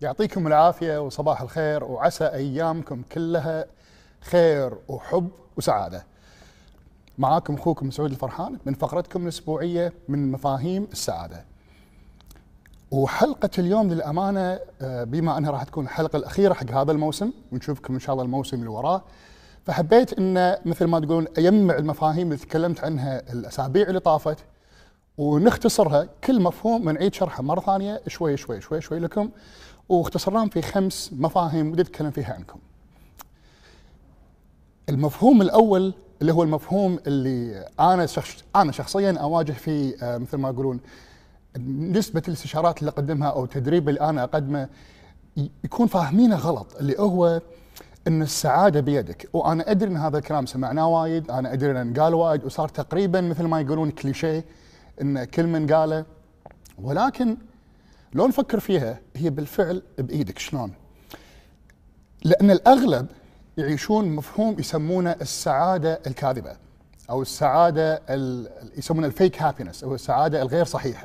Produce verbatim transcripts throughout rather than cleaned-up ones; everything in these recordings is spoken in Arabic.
يعطيكم العافية وصباح الخير، وعسى أيامكم كلها خير وحب وسعادة. معاكم أخوكم سعود الفرحان من فقرتكم الأسبوعية من مفاهيم السعادة. وحلقة اليوم للأمانة بما أنها راح تكون الحلقة الأخيرة حق هذا الموسم، ونشوفكم إن شاء الله الموسم اللي وراه، فحبيت أن مثل ما تقولون أجمع المفاهيم اللي تكلمت عنها الأسابيع اللي طافت ونختصرها، كل مفهوم ونعيد شرحه مرة ثانية شوي شوي شوي شوي لكم، واختصرناهم في خمس مفاهيم بدي أتكلم فيها عنكم. المفهوم الأول اللي هو المفهوم اللي أنا شخص أنا شخصيا أواجه فيه مثل ما يقولون نسبة الاستشارات اللي أقدمها أو التدريب اللي أنا أقدمه يكون فاهمينه غلط، اللي هو أن السعادة بيدك. وأنا أدري أن هذا الكلام سمعناه وايد، أنا أدري أن قال وايد وصار تقريبا مثل ما يقولون كليشيه أن كل من قاله، ولكن لو نفكر فيها هي بالفعل بإيدك. شلون؟ لأن الأغلب يعيشون مفهوم يسمونه السعادة الكاذبة أو السعادة يسمونها الفيك هابينس أو السعادة الغير صحيحة،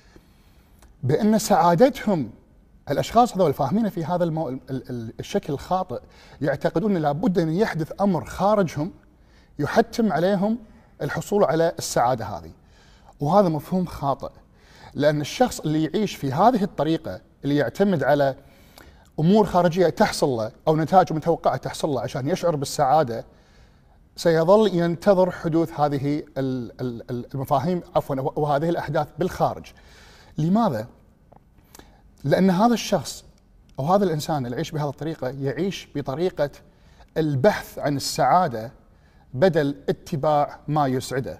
بأن سعادتهم الأشخاص هذول الفاهمين في هذا المو... الشكل الخاطئ يعتقدون لابد أن يحدث أمر خارجهم يحتم عليهم الحصول على السعادة هذه، وهذا مفهوم خاطئ. لأن الشخص اللي يعيش في هذه الطريقة اللي يعتمد على أمور خارجية تحصل له أو نتائج متوقعة تحصل له عشان يشعر بالسعادة، سيظل ينتظر حدوث هذه المفاهيم عفوا وهذه الأحداث بالخارج. لماذا؟ لأن هذا الشخص أو هذا الإنسان اللي يعيش بهذه الطريقة يعيش بطريقة البحث عن السعادة بدل اتباع ما يسعده.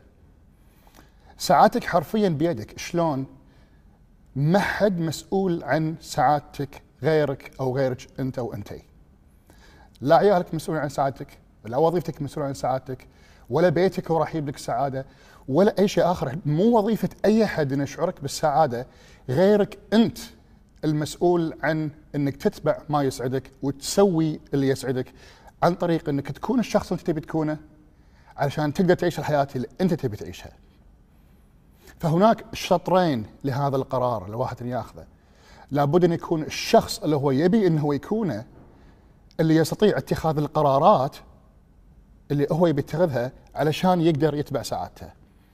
سعادتك حرفيا بيدك. شلون؟ ما حد مسؤول عن سعادتك غيرك أو غيرك أنت أو أنتي. لا عيالك مسؤول عن سعادتك، ولا وظيفتك مسؤول عن سعادتك، ولا بيتك هو راح يجيب لك سعادة، ولا أي شيء آخر. مو وظيفة أي أحد أن يشعرك بالسعادة غيرك أنت المسؤول عن أنك تتبع ما يسعدك وتسوي اللي يسعدك عن طريق أنك تكون الشخص اللي تبي تكونه علشان تقدر تعيش الحياة اللي أنت تبي تعيشها. فهناك شطرين لهذا القرار الواحد أن ياخذه. لابد أن يكون الشخص اللي هو يبي أنه هو يكونه اللي يستطيع اتخاذ القرارات اللي هو يبي يتخذها علشان يقدر يتبع سعادته.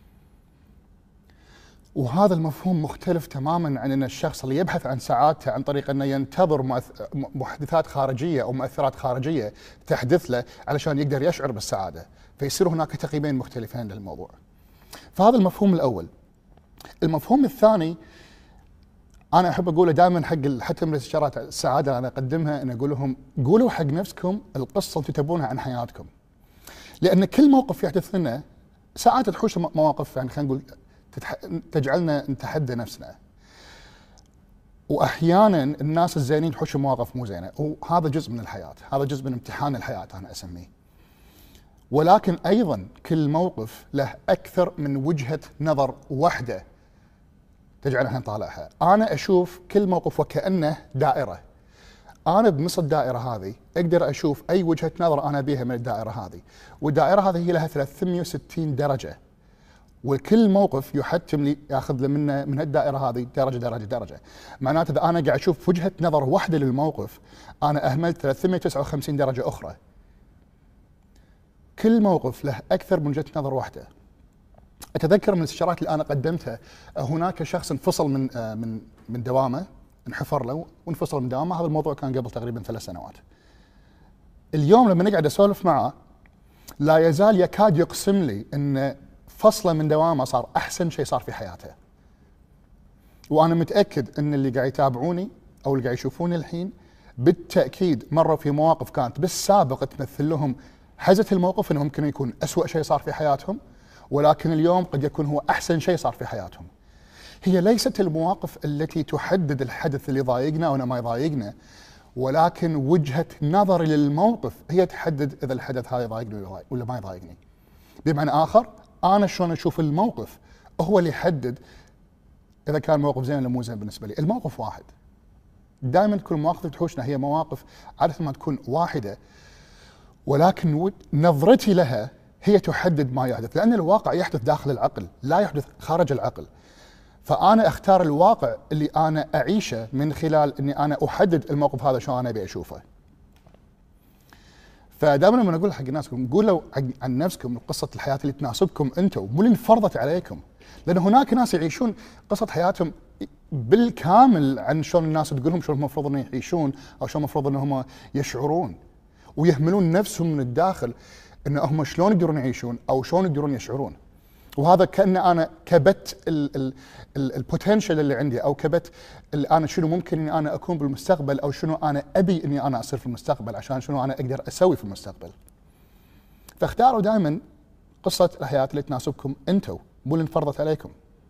وهذا المفهوم مختلف تماما عن أن الشخص اللي يبحث عن سعادته عن طريق أنه ينتظر محدثات خارجية أو مؤثرات خارجية تحدث له علشان يقدر يشعر بالسعادة، فيصير هناك تقييمين مختلفين للموضوع. فهذا المفهوم الأول. المفهوم الثاني أنا أحب أقوله دائما حق حتى من الاستشارات السعادة اللي أنا أقدمها، أن أقول لهم قولوا حق نفسكم القصة اللي تبونها عن حياتكم، لأن كل موقف يحدث لنا ساعات تحوش مواقف يعني خلينا نقول تجعلنا نتحدى نفسنا، وأحيانا الناس الزينين تحوش مواقف مو زينة، وهذا جزء من الحياة، هذا جزء من امتحان الحياة أنا أسميه. ولكن أيضا كل موقف له أكثر من وجهة نظر واحدة تجعلنا نطالعها. أنا أشوف كل موقف وكأنه دائرة، أنا بنص الدائرة هذه أقدر أشوف أي وجهة نظر أنا بيها من الدائرة هذه، والدائرة هذه هي لها ثلاثمئة وستين درجة، وكل موقف يحتم لي ياخذ لي من من الدائرة هذه درجة درجة درجة. معناته إذا أنا قاعد أشوف وجهة نظر واحدة للموقف أنا أهملت ثلاثمئة وتسعة وخمسين درجة أخرى. كل موقف له أكثر من وجهة نظر واحدة. أتذكر من الاستشارات اللي أنا قدمتها هناك شخص انفصل من من من دوامه، انحفر له وانفصل من دوامه. هذا الموضوع كان قبل تقريبا ثلاث سنوات. اليوم لما نقعد أسولف معه لا يزال يكاد يقسم لي أن فصله من دوامه صار أحسن شيء صار في حياته. وأنا متأكد أن اللي قاعد يتابعوني أو اللي قاعد يشوفوني الحين بالتأكيد مروا في مواقف كانت بالسابق تمثل لهم حزة الموقف أنه ممكن يكون أسوأ شيء صار في حياتهم، ولكن اليوم قد يكون هو أحسن شيء صار في حياتهم. هي ليست المواقف التي تحدد الحدث اللي يضايقنا أو ما يضايقنا، ولكن وجهة نظري للموقف هي تحدد إذا الحدث هذا يضايقني ولا ما يضايقني. بمعنى آخر أنا شلون أشوف الموقف هو اللي يحدد إذا كان موقف زين ولا مو زين بالنسبة لي. الموقف واحد. دائما تكون المواقف تحوشنا هي مواقف عادة ما تكون واحدة، ولكن نظرتي لها هي تحدد ما يحدث، لأن الواقع يحدث داخل العقل لا يحدث خارج العقل. فانا اختار الواقع اللي انا اعيشه من خلال اني انا احدد الموقف هذا شو انا ابي اشوفه. فدائما لما اقول حق الناس قولوا عن نفسكم قصه الحياه اللي تناسبكم انتم، مو اللي انفرضت عليكم. لان هناك ناس يعيشون قصه حياتهم بالكامل عن شلون الناس تقول لهم شلون المفروض انهم يعيشون او شلون المفروض انهم يشعرون، ويهملون نفسهم من الداخل ان هم شلون يقدرون يعيشون او شلون يقدرون يشعرون. وهذا كأن انا كبت البوتنشل اللي عندي، او كبت اللي انا شنو ممكن اني انا اكون بالمستقبل، او شنو انا ابي اني انا اصير في المستقبل، عشان شنو انا اقدر اسوي في المستقبل. فاختاروا دائما قصه الحياه اللي تناسبكم انتم، مو اللي انفرضت عليكم.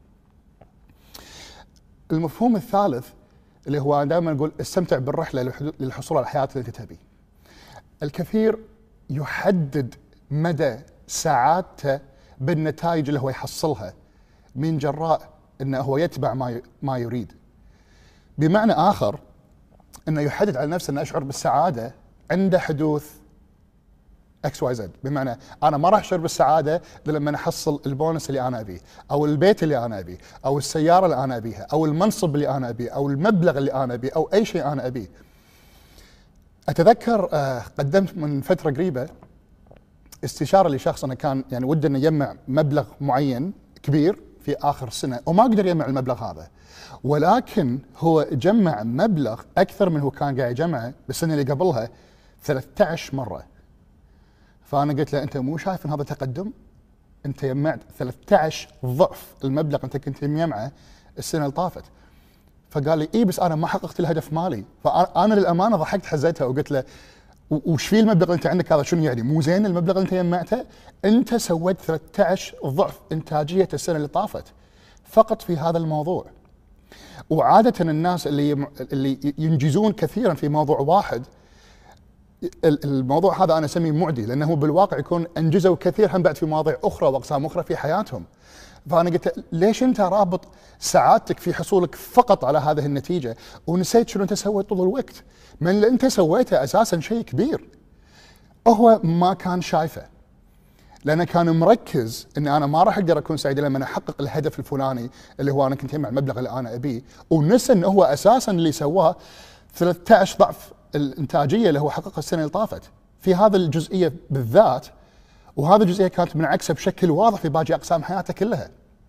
المفهوم الثالث اللي هو دائما نقول استمتع بالرحله للحصول على الحياه اللي تبي. الكثير يحدد مدى سعادته بالنتائج اللي هو يحصلها من جراء انه هو يتبع ما ما يريد. بمعنى اخر انه يحدد على نفسه انه اشعر بالسعاده عند حدوث اكس واي زد، بمعنى انا ما راح اشعر بالسعاده الا لما احصل البونس اللي انا ابيه، او البيت اللي انا ابيه، او السياره اللي انا ابيها، او المنصب اللي انا ابيه، او المبلغ اللي انا ابيه، او اي شيء انا ابيه. اتذكر قدمت من فتره قريبه استشاره لشخص انا كان يعني وده انه يجمع مبلغ معين كبير في اخر السنه، وما قدر يجمع المبلغ هذا، ولكن هو جمع مبلغ اكثر من هو كان قاعد يجمعه بالسنه اللي قبلها ثلاثة عشر مره. فانا قلت له انت مو شايف ان هذا تقدم؟ انت جمعت ثلاثة عشر ضعف المبلغ انت كنت مجمعه السنه اللي طافت. فقال لي اي بس انا ما حققت الهدف مالي. فانا للامانه ضحكت حزتها وقلت له وش في المبلغ اللي انت عندك هذا شنو يعني؟ مو زين المبلغ اللي انت جمعته؟ انت سويت ثلاثة عشر ضعف انتاجيه السنه اللي طافت فقط في هذا الموضوع. وعاده الناس اللي اللي ينجزون كثيرا في موضوع واحد، الموضوع هذا انا اسميه معدي، لانه بالواقع يكون انجزوا كثير هم بعد في مواضيع اخرى واقسام اخرى في حياتهم. فانا قلت ليش انت رابط سعادتك في حصولك فقط على هذه النتيجه ونسيت شنو انت سويت طول الوقت؟ من اللي انت سويته اساسا شيء كبير. هو ما كان شايفه، لانه كان مركز ان انا ما راح اقدر اكون سعيد لما احقق الهدف الفلاني اللي هو انا كنت مع المبلغ اللي انا ابيه، ونسى انه هو اساسا اللي سواه ثلاثة عشر ضعف الانتاجيه اللي هو حققها السنه اللي طافت في هذا الجزئيه بالذات. وهذه الجزئيه كانت منعكسه بشكل واضح في باقي اقسام حياته كلها.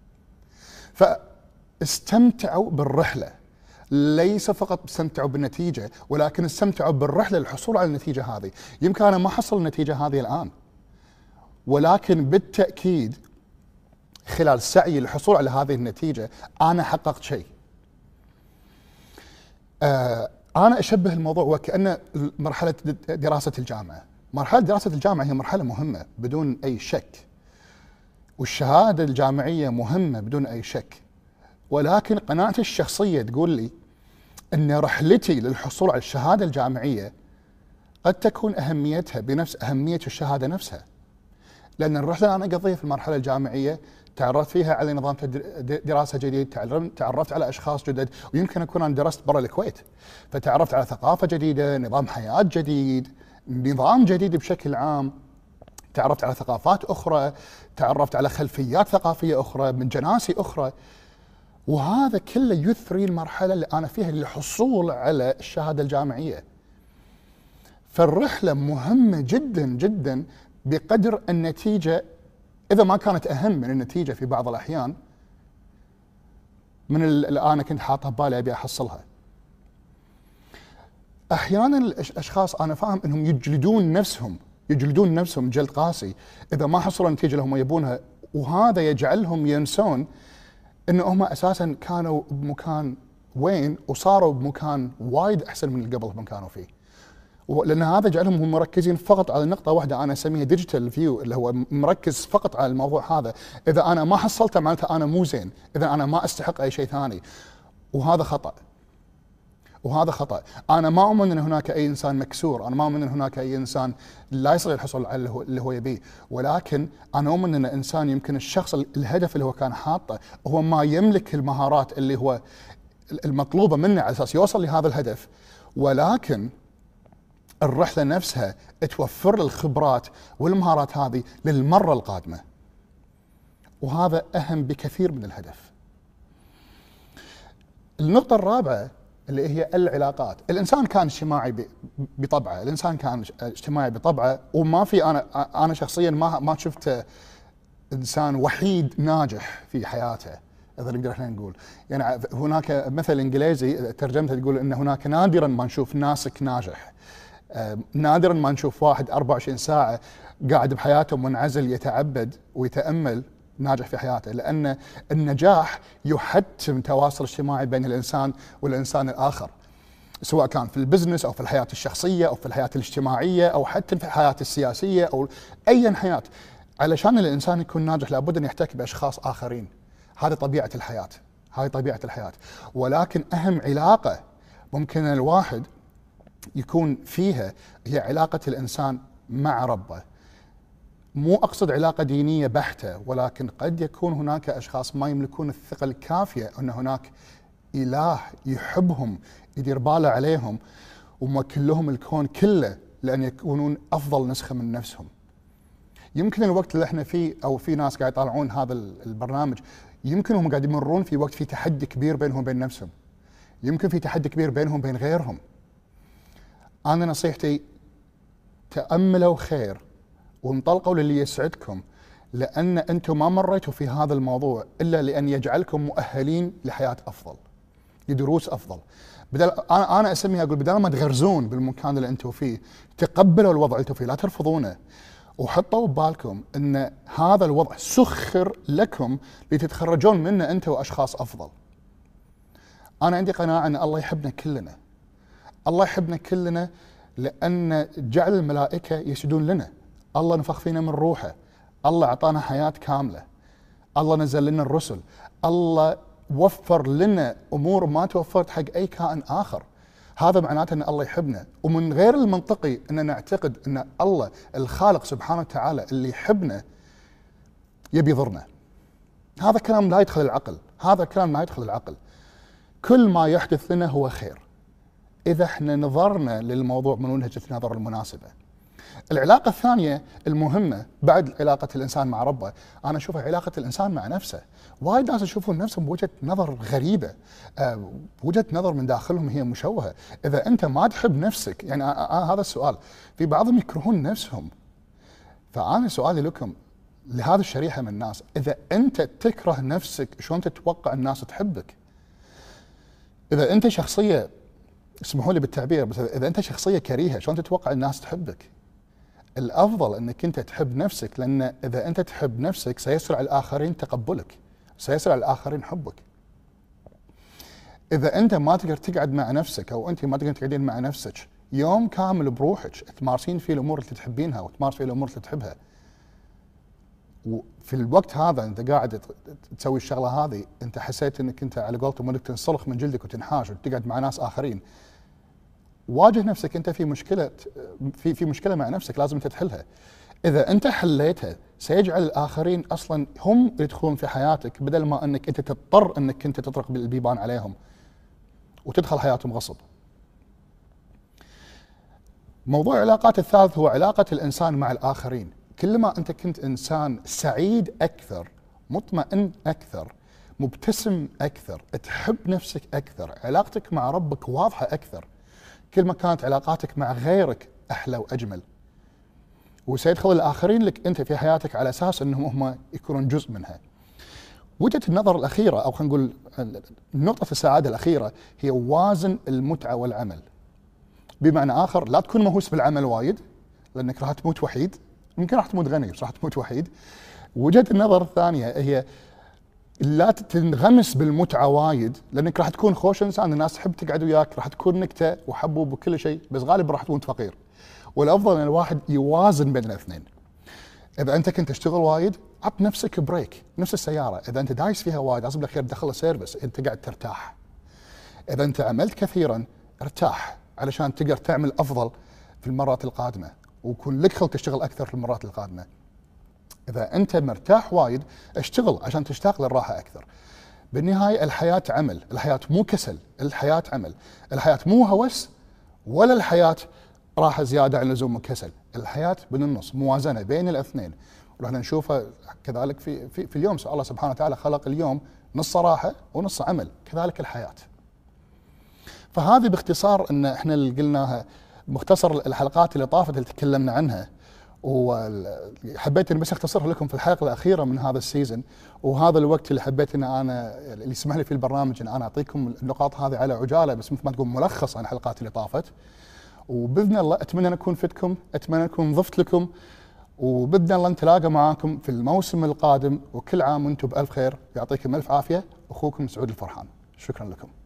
فاستمتعوا بالرحله، ليس فقط استمتعوا بالنتيجه، ولكن استمتعوا بالرحله للحصول على النتيجه هذه. يمكن انا ما حصل النتيجه هذه الان، ولكن بالتاكيد خلال سعيي للحصول على هذه النتيجه انا حققت شيء. آه انا اشبه الموضوع وكأنه مرحله دراسه الجامعه. مرحله دراسه الجامعه هي مرحله مهمه بدون اي شك، والشهاده الجامعيه مهمه بدون اي شك، ولكن قناعتي الشخصيه تقول لي ان رحلتي للحصول على الشهاده الجامعيه قد تكون اهميتها بنفس اهميه الشهاده نفسها. لان الرحله اللي انا اقضيها في المرحله الجامعيه تعرفت فيها على نظام دراسه جديد، تعرفت على اشخاص جدد، ويمكن اكون انا درست برا الكويت، فتعرفت على ثقافه جديده، نظام حياه جديد، نظام جديد بشكل عام، تعرفت على ثقافات اخرى، تعرفت على خلفيات ثقافيه اخرى من جناسي اخرى، وهذا كله يثري المرحله اللي انا فيها للحصول على الشهاده الجامعيه. فالرحله مهمه جدا جدا بقدر النتيجه، اذا ما كانت اهم من النتيجه في بعض الاحيان من اللي انا كنت حاطها ببالي ابي احصلها. احيانا الاشخاص انا فاهم انهم يجلدون نفسهم يجلدون نفسهم جلد قاسي اذا ما حصلوا النتيجه اللي هم يبونها، وهذا يجعلهم ينسون ان هم اساسا كانوا بمكان وين وصاروا بمكان وايد احسن من اللي قبل هم كانوا فيه. لان هذا جعلهم هم مركزين فقط على نقطه واحده انا اسميها ديجيتال فيو، اللي هو مركز فقط على الموضوع هذا. اذا انا ما حصلته معناته انا مو زين، اذا انا ما استحق اي شيء ثاني، وهذا خطا. وهذا خطأ. أنا ما أؤمن أن هناك أي إنسان مكسور، أنا ما أؤمن أن هناك أي إنسان لا يستطيع الحصول على اللي هو يبيه، ولكن أنا أؤمن أن الإنسان يمكن الشخص الهدف اللي هو كان حاطه هو ما يملك المهارات اللي هو المطلوبة منه على أساس يوصل لهذا الهدف، ولكن الرحلة نفسها توفر له الخبرات والمهارات هذه للمرة القادمة، وهذا أهم بكثير من الهدف. النقطة الرابعة اللي هي العلاقات. الإنسان كان اجتماعي بطبعه، الإنسان كان اجتماعي بطبعه، وما في أنا أنا شخصيا ما ما شفت إنسان وحيد ناجح في حياته، إذا نقدر احنا نقول. يعني هناك مثل إنجليزي ترجمته تقول إن هناك نادرا ما نشوف ناسك ناجح. نادرا ما نشوف واحد أربعة وعشرين ساعة قاعد بحياته منعزل يتعبد ويتأمل ناجح في حياته، لأن النجاح يحتم تواصل اجتماعي بين الإنسان والإنسان الآخر، سواء كان في البزنس أو في الحياة الشخصية أو في الحياة الاجتماعية أو حتى في الحياة السياسية أو أي حياة. علشان الإنسان يكون ناجح لابد أن يحتك بأشخاص آخرين. هذه طبيعة الحياة، هذه طبيعة الحياة. ولكن أهم علاقة ممكن الواحد يكون فيها هي علاقة الإنسان مع ربه. مو أقصد علاقة دينية بحتة، ولكن قد يكون هناك أشخاص ما يملكون الثقة الكافية أن هناك إله يحبهم، يدير باله عليهم وموكل لهم الكون كله لأن يكونون أفضل نسخة من نفسهم. يمكن الوقت اللي احنا فيه أو في ناس قاعد يطالعون هذا البرنامج، يمكن هم قاعد يمرون في وقت في تحدي كبير بينهم وبين نفسهم، يمكن في تحدي كبير بينهم وبين غيرهم. أنا نصيحتي تأملوا خير وانطلقوا للي يسعدكم، لأن أنتم ما مريتوا في هذا الموضوع إلا لأن يجعلكم مؤهلين لحياة أفضل، لدروس أفضل. بدل أنا أنا أسميها أقول بدل ما تغرزون بالمكان اللي أنتم فيه، تقبلوا الوضع اللي أنتم فيه، لا ترفضونه، وحطوا ببالكم أن هذا الوضع سخر لكم لتتخرجون منه أنتم وأشخاص أفضل. أنا عندي قناعة أن الله يحبنا كلنا، الله يحبنا كلنا لأن جعل الملائكة يسجدون لنا، الله نفخ فينا من روحه، الله أعطانا حياة كاملة، الله نزل لنا الرسل، الله وفر لنا أمور ما توفرت حق أي كائن آخر. هذا معناته أن الله يحبنا، ومن غير المنطقي أن نعتقد أن الله الخالق سبحانه وتعالى اللي يحبنا يبي يضرنا. هذا كلام لا يدخل العقل، هذا كلام لا يدخل العقل. كل ما يحدث لنا هو خير إذا احنا نظرنا للموضوع من وجهة النظر المناسبة. العلاقة الثانية المهمة بعد علاقة الإنسان مع ربه، أنا أشوفها علاقة الإنسان مع نفسه. وايد ناس يشوفون نفسهم بوجهة نظر غريبة، آه وجهة نظر من داخلهم هي مشوهة. إذا أنت ما تحب نفسك، يعني آه آه هذا السؤال، في بعضهم يكرهون نفسهم. فأنا سؤالي لكم لهذه الشريحة من الناس، إذا أنت تكره نفسك شلون تتوقع الناس تحبك؟ إذا أنت شخصية، اسمحوا لي بالتعبير، بس إذا أنت شخصية كريهة شلون تتوقع الناس تحبك؟ الأفضل أنك أنت تحب نفسك، لأن إذا أنت تحب نفسك سيسرع الآخرين تقبلك، سيسرع الآخرين حبك. إذا أنت ما تقدر تقعد مع نفسك أو أنت ما تقدر تقعدين مع نفسك يوم كامل بروحك تمارسين فيه الأمور اللي تحبينها وتمارس فيه الأمور اللي تحبها، وفي الوقت هذا أنت قاعد تسوي الشغلة هذه، أنت حسيت أنك أنت على قولتهم أنك تنسلخ من جلدك وتنحاش وتقعد مع ناس آخرين، واجه نفسك. أنت في مشكلة في في مشكلة مع نفسك لازم أنت تحلها. إذا أنت حليتها سيجعل الآخرين أصلا هم يدخلون في حياتك، بدل ما أنك أنت تضطر أنك أنت تطرق بالبيبان عليهم وتدخل حياتهم غصب. موضوع العلاقات الثالث هو علاقة الإنسان مع الآخرين. كلما أنت كنت إنسان سعيد أكثر، مطمئن أكثر، مبتسم أكثر، تحب نفسك أكثر، علاقتك مع ربك واضحة أكثر، كل ما كانت علاقاتك مع غيرك أحلى وأجمل. وسيدخل الآخرين لك أنت في حياتك على أساس أنهم هم يكونون جزء منها. وجهة النظر الأخيرة، أو خلينا نقول نقطة السعادة الأخيرة، هي وازن المتعة والعمل. بمعنى آخر، لا تكون مهووس بالعمل وايد لأنك راح تموت وحيد، يمكن راح تموت غني بس راح تموت وحيد. وجهة النظر الثانية هي لا تنغمس بالمتعة وايد لأنك راح تكون خوش إنسان، الناس تحب تقعد وياك، راح تكون نكتة وحبوب وكل شيء، بس غالب راح تكون فقير. والأفضل أن الواحد يوازن بين الاثنين. إذا أنت كنت تشتغل وايد، عط نفسك بريك، نفس السيارة، إذا أنت دايس فيها وايد عصب لك خير دخل سيرفس، أنت قاعد ترتاح. إذا أنت عملت كثيرا ارتاح علشان تقدر تعمل أفضل في المرات القادمة، ويكون لك خلق تشتغل أكثر في المرات القادمة. إذا أنت مرتاح وايد، اشتغل عشان تشتاق للراحة أكثر. بالنهاية الحياة عمل، الحياة مو كسل، الحياة عمل، الحياة مو هوس ولا الحياة راحة زيادة عن اللزوم وكسل، الحياة بالنص، موازنة بين الاثنين. ورح نشوفها كذلك في, في, في اليوم. الله سبحانه وتعالى خلق اليوم نص راحة ونص عمل، كذلك الحياة. فهذه باختصار ان احنا اللي قلناها، مختصر الحلقات اللي طافت اللي تكلمنا عنها، وحبيت اني بس اختصرها لكم في الحلقه الاخيره من هذا السيزون، وهذا الوقت اللي حبيت ان انا اللي يسمح لي في البرنامج ان انا اعطيكم النقاط هذه على عجاله، بس مثل ما تقول ملخص عن الحلقات اللي طافت. وباذن الله اتمنى ان اكون فدتكم، اتمنى ان اكون ضفت لكم، وباذن الله نتلاقى معاكم في الموسم القادم، وكل عام وانتم بالف خير، يعطيكم الف عافيه. اخوكم سعود الفرحان، شكرا لكم.